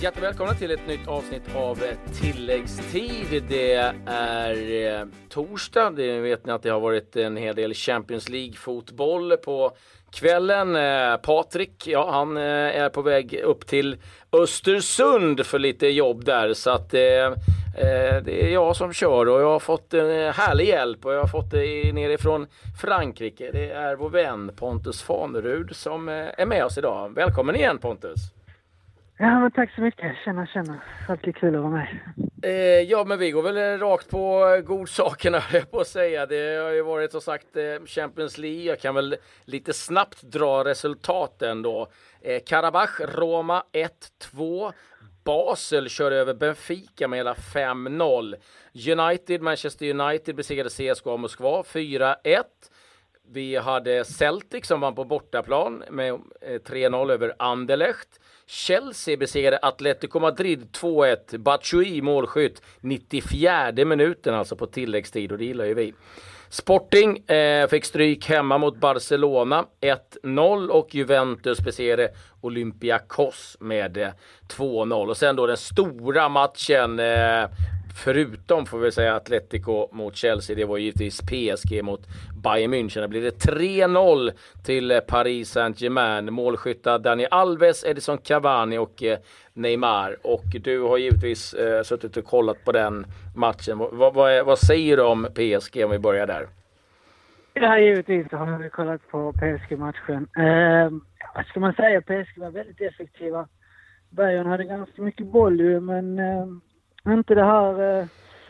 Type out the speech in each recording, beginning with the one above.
Hjärtligt välkomna till ett nytt avsnitt av tilläggstid. Det är torsdag. Det vet ni att det har varit en hel del Champions League-fotboll på kvällen. Patrik, ja, han är på väg upp till Östersund för lite jobb där. Så att det är jag som kör och jag har fått en härlig hjälp och jag har fått det nerifrån Frankrike. Det är vår vän Pontus Fanerud som är med oss idag. Välkommen igen, Pontus. Ja, men tack så mycket. Känna. Alltid kul att vara med. Ja, men vi går väl rakt på godsakerna, på att säga. Det har ju varit som sagt Champions League. Jag kan väl lite snabbt dra resultaten då. Karabach, Roma 1-2. Basel kör över Benfica med hela 5-0. Manchester United besegrade CSKA Moskva 4-1. Vi hade Celtic som vann på bortaplan med 3-0 över Anderlecht. Chelsea besegrade Atletico Madrid 2-1. Batshuayi målskytt 94:e minuten, alltså på tilläggstid, och det gillar ju vi. Sporting fick stryk hemma mot Barcelona 1-0 och Juventus besegrade Olympiakos med 2-0. Och sen då den stora matchen, förutom får vi säga Atletico mot Chelsea, det var givetvis PSG mot Bayern München. Det blir det 3-0 till Paris Saint-Germain. Målskyttar Dani Alves, Edison Cavani och Neymar. Och du har givetvis suttit och kollat på den matchen. Vad säger du om PSG om vi börjar där? Ja, givetvis har vi kollat på PSG-matchen. Vad ska man säga? PSG var väldigt effektiva. Bayern hade ganska mycket boll, men inte det här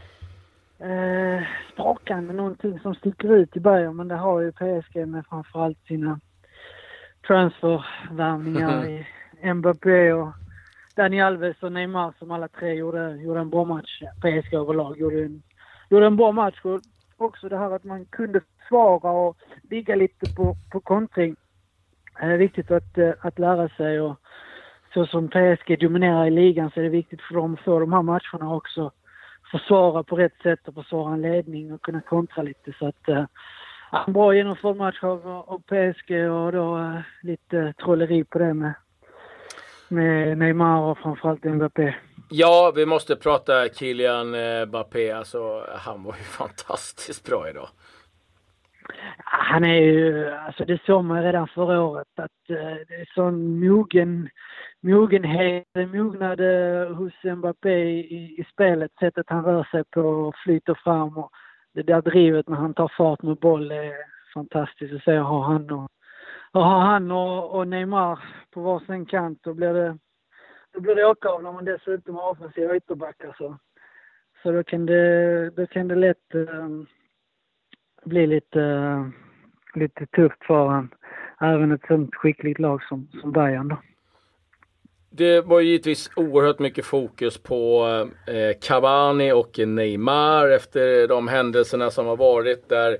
sprakande, någonting som sticker ut i Bayern, men det har ju PSG med framförallt sina transfervärvningar i Mbappé och Dani Alves och Neymar, som alla tre gjorde en bra match. PSG överlag gjorde en bra match, och också det här att man kunde svara och ligga lite på kontring. Det är viktigt att lära sig, och så som PSG dominerar i ligan så är det viktigt för dem att få de här matcherna också försvara på rätt sätt och försvara en ledning och kunna kontra lite. Så att en bra genomförd match av PSG, och då lite trolleri på det med Neymar och framförallt Mbappé. Ja, vi måste prata Kylian Mbappé. Alltså, han var ju fantastiskt bra idag. Han är ju, alltså det såg man redan förra året, att det är sån mognad hos Mbappé i spelet. Sättet han rör sig på och flyter fram, och det där drivet när han tar fart med boll är fantastiskt att se. Har han och Neymar på varsin kant, då blir det åka av när man dessutom har offensiva ytterbackar, så då kan det lätt bli lite tufft för han, även ett sånt skickligt lag som Bayern då. Det var givetvis oerhört mycket fokus på Cavani och Neymar efter de händelserna som har varit där.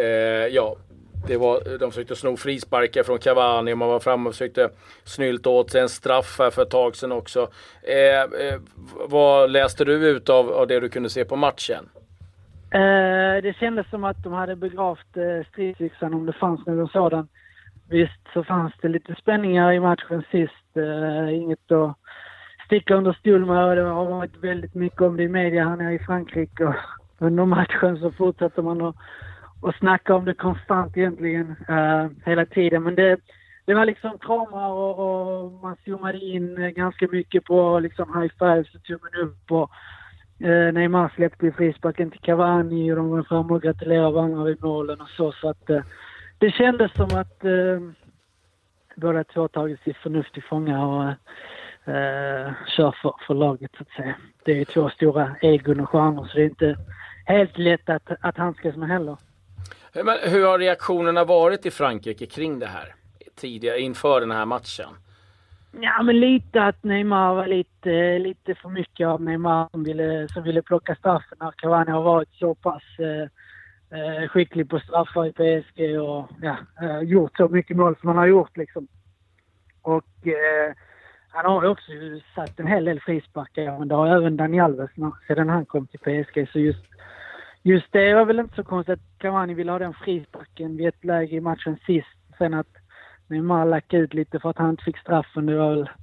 De försökte sno frisparkar från Cavani och man var framme och försökte snylta åt sig en straff här för ett tag sedan också. Vad läste du ut av det du kunde se på matchen? Det kändes som att de hade begravt stridsyxan, om det fanns någon sådan. Visst så fanns det lite spänningar i matchen sist. Inget att sticka under stol med. Det har varit väldigt mycket om det i media här nere i Frankrike. Och under matchen så fortsätter man att snacka om det konstant egentligen hela tiden. Men det var liksom kramar och man zoomade in ganska mycket på liksom high fives och tummen upp. Och Neymar släppte i frisparken till Cavani och de var fram och gratulerade varandra vid målen och så att det kändes som att båda två tagit sitt förnuft till fånga och kör för laget, så att säga. Det är två stora egon och stjärnor, så det är inte helt lätt att handskas med heller. Men hur har reaktionerna varit i Frankrike kring det här tidigare inför den här matchen? Ja, men lite att Neymar var lite för mycket av Neymar som ville plocka straffen, när Cavani har varit så pass skicklig på straffar i PSG och gjort så mycket mål som han har gjort liksom. Och han har också satt en hel del frisparkar, men det har även Dani Alves sedan han kom till PSG, så just det var väl inte så konstigt att Cavani ville ha den frisparken vid ett läge i matchen sist. Sen att Neymar lackade ut lite för att han inte fick straffen, det var väl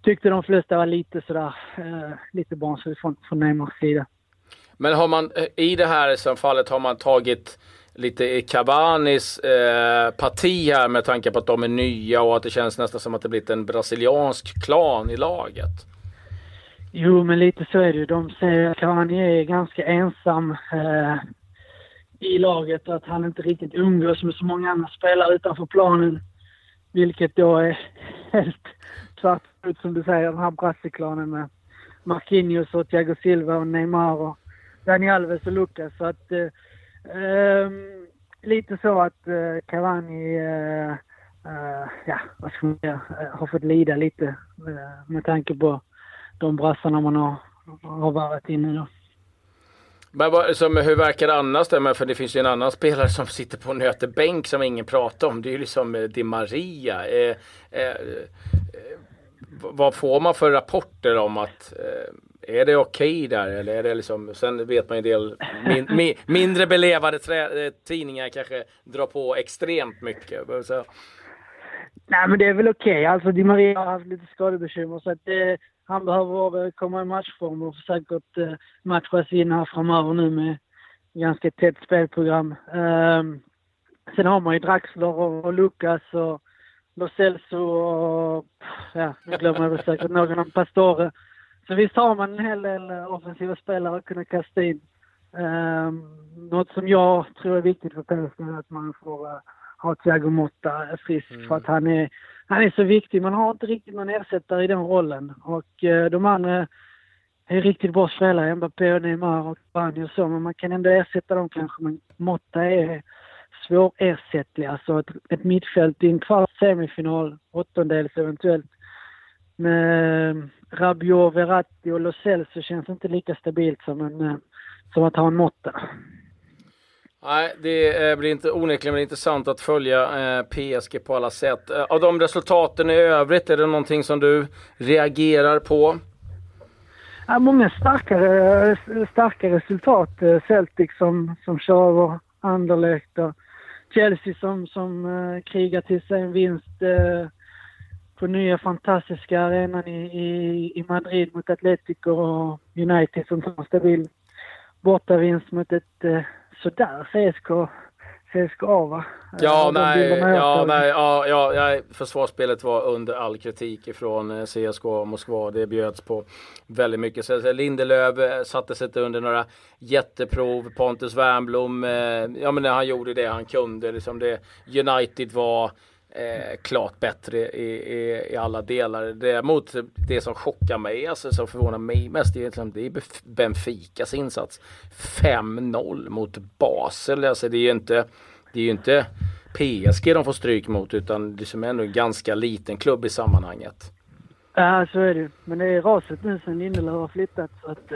tyckte de flesta var lite sådär, lite barnsligt från Neymars sida. Men har man i det här som fallet har man tagit lite i Cavanis parti här med tanke på att de är nya och att det känns nästan som att det blivit en brasiliansk klan i laget? Jo, men lite så är det ju. De säger att Cavani är ganska ensam i laget och att han inte riktigt umgås med så många andra spelare utanför planen. Vilket då är helt tvärtom som du säger, den här brassiklanen med Marquinhos och Thiago Silva och Neymar och Dani Alves och Lucas. Så att lite så att Cavani vad ska man säga, har fått lida lite med tanke på de brassarna man har varit inne då. Men hur verkar det annars där? För det finns ju en annan spelare som sitter på nötebänk som ingen pratar om. Det är ju liksom Di Maria. Vad får man för rapporter om att är det okej där? Eller är det liksom, sen vet man ju en del mindre belevade tidningar kanske drar på extremt mycket. Så. Nej, men det är väl okej. Alltså Di Maria har haft lite skadebekymmer så att han behöver komma i matchform och säkert matchas in här framöver nu med ganska tätt spelprogram. Sen har man ju Draxler och Lucas och Lo Celso och nu glömmer jag väl säkert någon av Pastore. Så visst har man en hel del offensiva spelare att kunna kasta in. Något som jag tror är viktigt för PSG är att man får ha Thiago Motta frisk för att han är så viktig. Man har inte riktigt någon ersättare i den rollen. Och de andra är riktigt bra spelare. Mbappé och Neymar och Cavani och så. Men man kan ändå ersätta dem kanske. Men Motta är svårersättlig. Alltså ett mittfält i en kvart semifinal, åttondels eventuellt. Med Rabiot, Verratti och Lo Celso känns inte lika stabilt som att ha en Motta. Nej, det blir inte onekligen intressant att följa PSG på alla sätt. Av de resultaten i övrigt, är det någonting som du reagerar på? Ja, många starka resultat. Celtic som kör över Anderlecht och Chelsea som krigar till sig en vinst på nya fantastiska arenan i Madrid mot Atletico och United som tar stabil bortavinst mot ett sådär CSKA va? Försvarsspelet var under all kritik ifrån CSKA Moskva. Det bjöds på väldigt mycket. Så Lindelöf satte sig under några jätteprov. Pontus Wernbloom, men han gjorde det han kunde. Liksom det, United var klart bättre i alla delar. Däremot det som chockar mig, alltså som förvånar mig mest, det är Benficas insats. 5-0 mot Basel. Alltså det är ju inte PSG de får stryk mot, utan det som är ändå en ganska liten klubb i sammanhanget. Ja, så är det. Men det är raset nu sen Lindelöf har flyttat. Så att,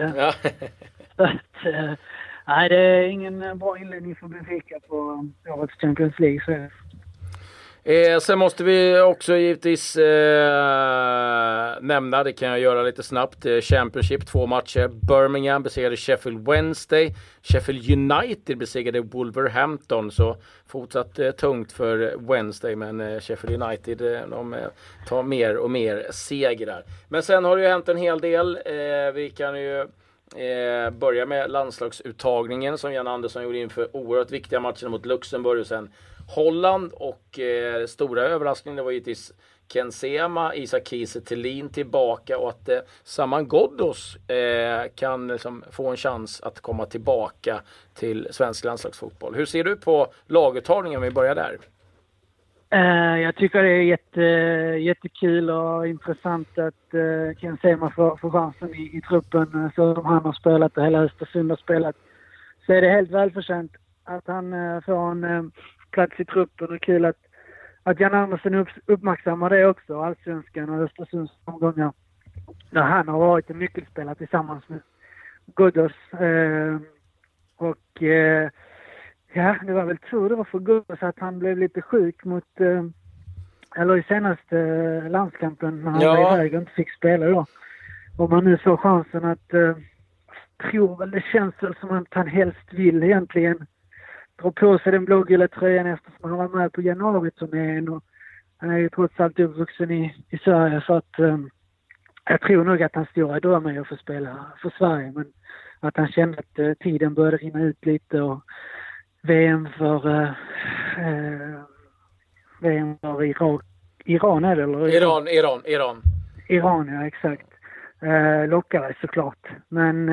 nej, det är ingen bra inledning för Benfica på årets Champions League. Så är det. Sen måste vi också givetvis nämna, det kan jag göra lite snabbt, Championship, 2 matcher. Birmingham besegrade Sheffield Wednesday. Sheffield United besegrade Wolverhampton, så fortsatt tungt för Wednesday, men Sheffield United de tar mer och mer segrar. Men sen har det ju hänt en hel del. Vi kan ju börja med landslagsuttagningen som Jan Andersson gjorde inför oerhört viktiga matcher mot Luxemburg och sen Holland, och stora överraskningen det var givetvis Ken Sema, Isak Kiese Thelin tillbaka, och att Saman Ghoddos kan liksom få en chans att komma tillbaka till svensk landslagsfotboll. Hur ser du på laguttagningen om vi börjar där? Jag tycker det är jättekul och intressant att Ken Sema får chansen i truppen så som han har spelat och hela Östersund har spelat. Så är det helt välförtjänt att han får en plats i truppen, och kul att Jan Andersson uppmärksammar det också, Allsvenskan och Östersunds omgångar där han har varit en nyckelspelare tillsammans med Ghoddos. Det var väl tur det var för Ghoddos att han blev lite sjuk i senaste landskampen när han var iväg och inte fick spela då. Om man nu får chansen att tror väl det känns väl som att han helst vill egentligen dra på sig den blågula tröjan eftersom han var med på januari-turnén, och han är ju trots allt uppvuxen i Sverige, så att Jag tror nog att hans stora dröm är att få spela för Sverige, men att han kände att tiden började rinna ut lite och VM för Iran är det, eller? Iran, ja, exakt. Lockade såklart. Men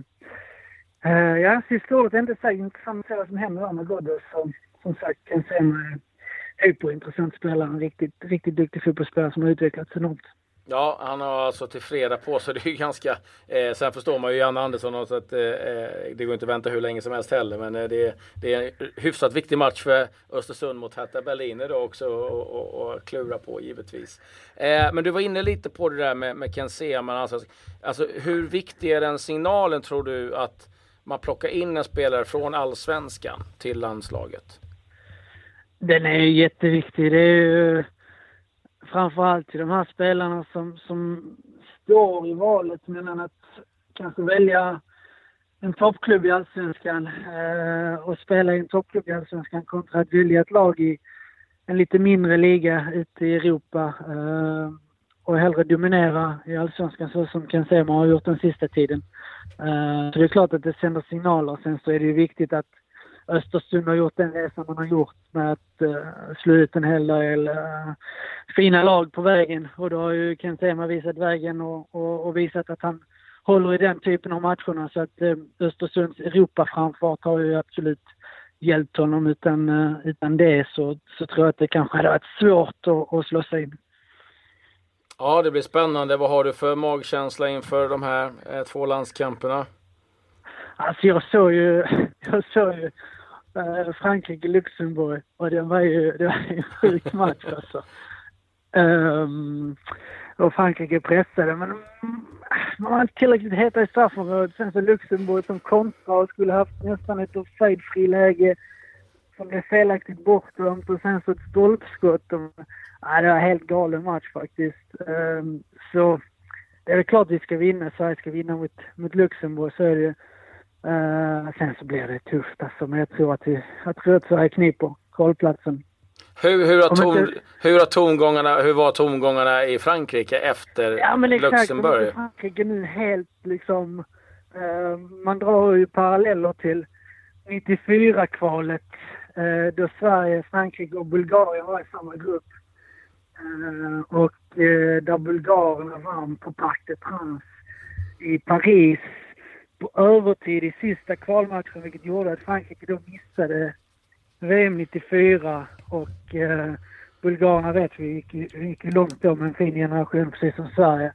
sista året är inte så intressant att se vad som händer där med Ghoddos. Som sagt, kan se en hyperintressant spelare, en riktigt duktig fotbollsspelare som har utvecklats enormt. Ja, han har alltså till fredag på, så det är ju ganska... sen förstår man ju Janne Andersson, så att det går inte att vänta hur länge som helst heller. Men det är en hyfsat viktig match för Östersund mot Hertha Berlin idag också och klura på givetvis. Men du var inne lite på det där med Ken Sema. Alltså hur viktig är den signalen, tror du, att man plockar in en spelare från Allsvenskan till landslaget? Den är ju jätteviktig. Det är ju framförallt till de här spelarna som står i valet mellan att kanske välja en toppklubb i Allsvenskan och spela i en toppklubb i Allsvenskan kontra att välja ett lag i en lite mindre liga ute i Europa och hellre dominera i Allsvenskan, så som Ken Sema har gjort den sista tiden. Så det är klart att det sänder signaler. Sen så är det ju viktigt att Östersund har gjort den resan man har gjort med att slå ut en hel del fina lag på vägen. Och då har ju Ken Sema visat vägen och visat att han håller i den typen av matcherna. Så att Östersunds Europa-framfart har ju absolut hjälpt honom. Utan det så tror jag att det kanske hade varit svårt att slå sig in. Ja, det blir spännande. Vad har du för magkänsla inför de här 2 landskamperna? Alltså jag såg ju Frankrike-Luxemburg och det var ju en sjuk match alltså. Och Frankrike pressade, men man var inte tillräckligt heta i straffområdet. Sen så Luxemburg som kontra och skulle haft nästan ett offside-fri läge som blev felaktigt bortdömt och sen så ett stolpskott. Det var en helt galen match faktiskt. Så det är klart vi ska vinna. Sverige ska vinna mot Luxemburg, så är det. Sen så blir det tufft alltså, men jag tror att Sverige kniper kvalplatsen. Hur var tongångarna i Frankrike efter Luxemburg? Ja, Frankrike nu helt liksom man drar ju paralleller till 94-kvalet då Sverige, Frankrike och Bulgarien var i samma grupp. Och där bulgarerna vann på Parc des Princes i Paris på övertid i sista kvalmatchen, vilket gjorde att Frankrike då missade VM 94 och bulgarerna vet vi gick långt då med en fin generation precis som Sverige.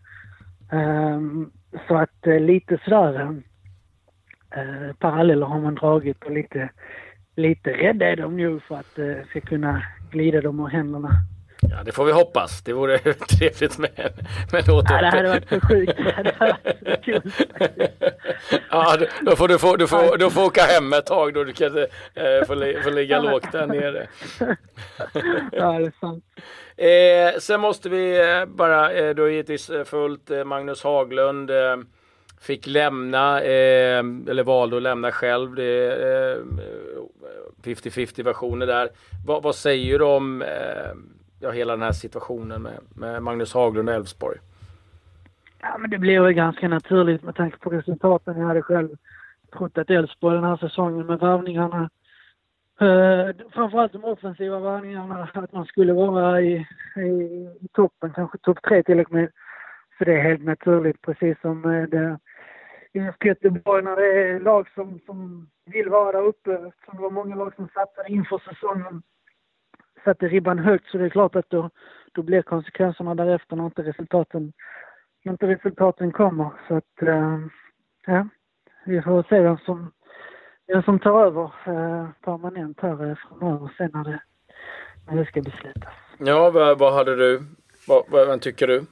Så att lite sådär paralleller har man dragit och lite rädda är de nu för att ska kunna glida dem ur händerna. Ja, det får vi hoppas. Det vore trevligt med en återöppning. Ja, det hade varit så sjukt. Det hade varit så kul. Ja, då får åka hem ett tag då du kan få ligga lågt där nere. Ja, det är sant. Sen måste vi bara, då givetvis fullt Magnus Haglund fick lämna, eller valde att lämna själv. Det är 50-50 versioner där. Vad säger du om hela den här situationen med Magnus Haglund och Elfsborg? Ja, men det blev ju ganska naturligt med tanke på resultaten. Jag hade själv trott att Elfsborg den här säsongen med värvningarna, framförallt de offensiva värvningarna, att man skulle vara i toppen, kanske topp 3 till och med. För det är helt naturligt, precis som det i Göteborg när det är lag som vill vara där uppe. Eftersom det var många lag som satsade inför säsongen, satte ribban högt, så det är klart att då blir konsekvenserna därefter när inte resultaten kommer. Så att ja, vi får se vem som tar över permanent här framöver sen när det ska beslutas. Ja, vad hade du? Vad tycker du?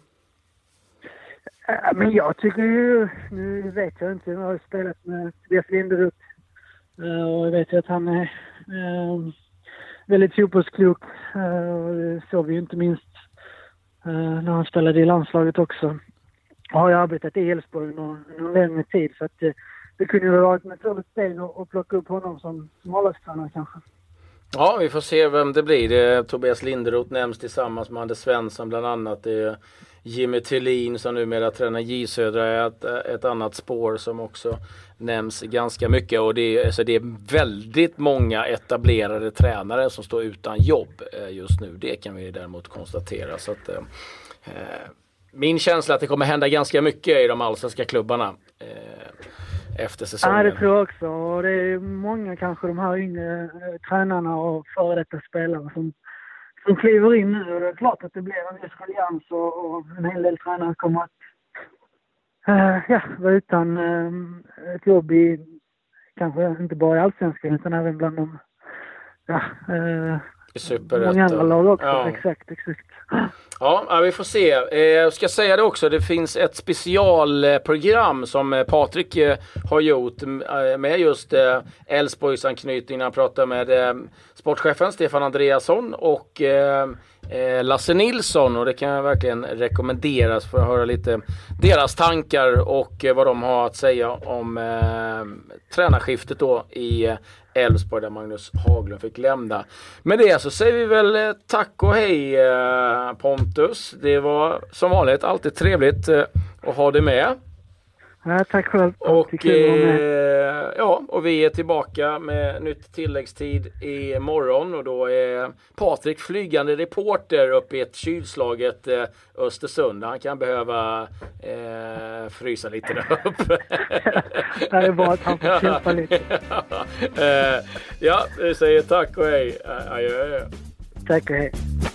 Men jag tycker ju, nu vet jag inte, jag har spelat med Tobias Linderoth och jag vet ju att han är väldigt fotbollsklok. Det såg vi ju inte minst när han spelade i landslaget också. Och har ju arbetat i Elfsborg någon längre tid, så att det kunde ju vara ett naturligt steg att plocka upp honom som målvaktstränare kanske. Ja, vi får se vem det blir. Tobias Linderoth nämns tillsammans med Anders Svensson bland annat. Det Jimmy Tillin som numera tränar J Södra är ett annat spår som också nämns ganska mycket. Och det är väldigt många etablerade tränare som står utan jobb just nu. Det kan vi däremot konstatera. Så att, min känsla är att det kommer hända ganska mycket i de allsvenska klubbarna efter säsongen. Ja, det tror jag också. Och det är många kanske de här yngre tränarna och före detta spelare som kliver in nu. Och det är klart att det blir en viss ruljans och en hel del tränare kommer att vara utan ett jobb i kanske inte bara i allsvenskan utan även bland de många andra lag också. Ja. Exakt. Ja, vi får se. Jag ska säga det också, det finns ett specialprogram som Patrik har gjort med just Elfsborgs anknytning när han pratar med sportchefen Stefan Andreasson och Lasse Nilsson, och det kan jag verkligen rekommenderas för att höra lite deras tankar och vad de har att säga om tränarskiftet då i Elfsborg där Magnus Haglund fick lämna. Med det så säger vi väl tack och hej Pontus. Det var som vanligt alltid trevligt att ha dig med. Ja, tack själv. Och och vi är tillbaka med nytt tilläggstid i morgon och då är Patrik flygande reporter uppe i ett kylslaget Östersund. Han kan behöva frysa lite där uppe. Det är bara att han får kämpa lite. Ja, vi säger tack och hej. Adjö. Tack och hej.